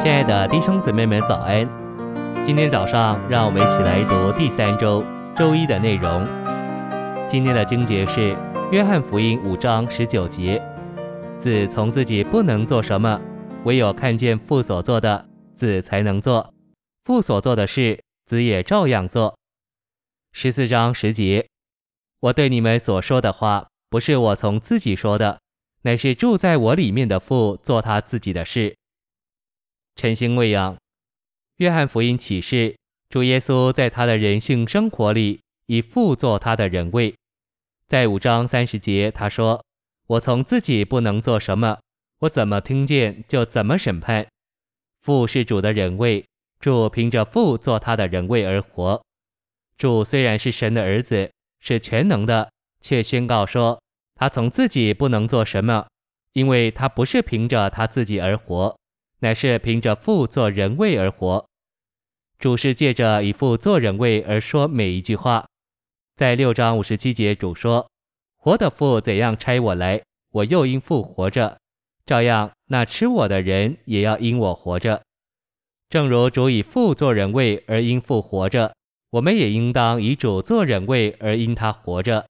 亲爱的弟兄姊妹们早安，今天早上让我们一起来读第3周周一的内容。今天的经节是约翰福音5章19节，子从自己不能做什么，唯有看见父所做的，子才能做，父所做的事，子也照样做。14章10节，我对你们所说的话，不是我从自己说的，乃是住在我里面的父做他自己的事。晨星喂养，约翰福音启示，主耶稣在他的人性生活里以父做他的人位。在5章30节他说，我从自己不能做什么，我怎么听见就怎么审判。父是主的人位，主凭着父做他的人位而活。主虽然是神的儿子，是全能的，却宣告说他从自己不能做什么，因为他不是凭着他自己而活，乃是凭着父做人位而活。主是借着以父做人位而说每一句话。在6章57节主说，活的父怎样差我来，我又因父活着，照样那吃我的人也要因我活着。正如主以父做人位而因父活着，我们也应当以主做人位而因他活着。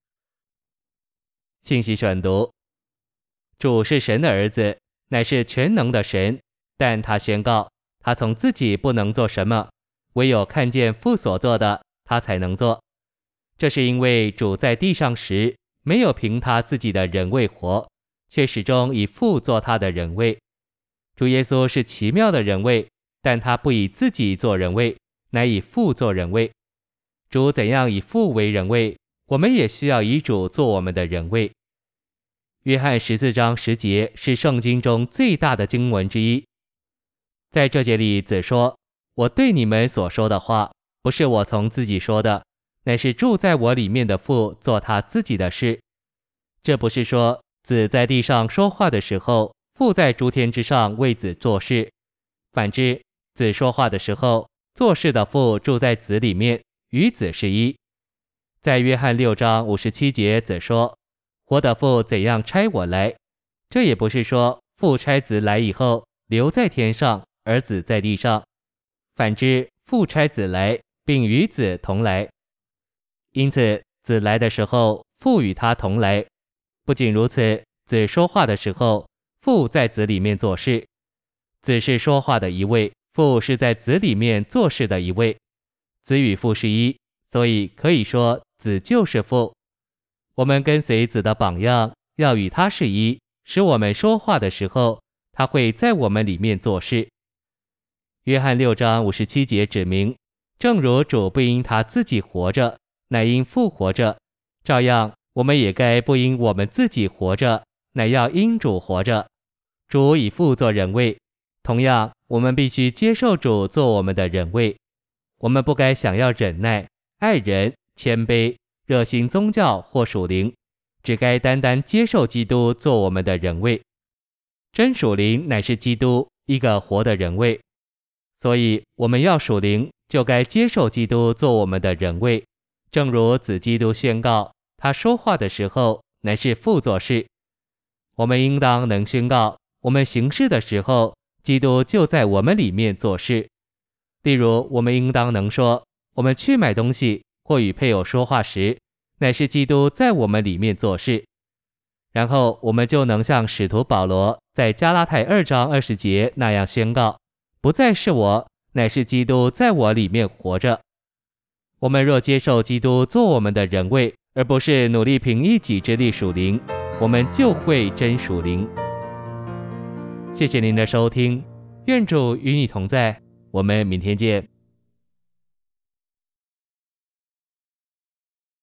信息选读，主是神的儿子，乃是全能的神，但他宣告他从自己不能做什么，唯有看见父所做的，他才能做。这是因为主在地上时没有凭他自己的人位活，却始终以父做他的人位。主耶稣是奇妙的人位，但他不以自己做人位，乃以父做人位。主怎样以父为人位，我们也需要以主做我们的人位。约翰14章10节是圣经中最大的经文之一。在这节里子说，我对你们所说的话，不是我从自己说的，乃是住在我里面的父做他自己的事。这不是说子在地上说话的时候，父在诸天之上为子做事。反之，子说话的时候，做事的父住在子里面，与子是一。在约翰6章57节子说，活的父怎样差我来，这也不是说父差子来以后留在天上，而子在地上。反之，父差子来，并与子同来。因此，子来的时候，父与他同来。不仅如此，子说话的时候，父在子里面做事。子是说话的一位，父是在子里面做事的一位。子与父是一，所以可以说子就是父。我们跟随子的榜样，要与他是一，使我们说话的时候，他会在我们里面做事。约翰6章57节指明，正如主不因他自己活着，乃因父活着，照样我们也该不因我们自己活着，乃要因主活着。主以父做人位，同样我们必须接受主做我们的人位。我们不该想要忍耐、爱人、谦卑、热心宗教或属灵，只该单单接受基督做我们的人位。真属灵乃是基督一个活的人位，所以我们要属灵，就该接受基督做我们的人位。正如子基督宣告，他说话的时候，乃是父做事。我们应当能宣告，我们行事的时候，基督就在我们里面做事。例如，我们应当能说，我们去买东西或与配偶说话时，乃是基督在我们里面做事。然后我们就能像使徒保罗在加拉太2章20节那样宣告，不再是我，乃是基督在我里面活着。我们若接受基督做我们的人位，而不是努力凭一己之力属灵，我们就会真属灵。谢谢您的收听，愿主与你同在，我们明天见。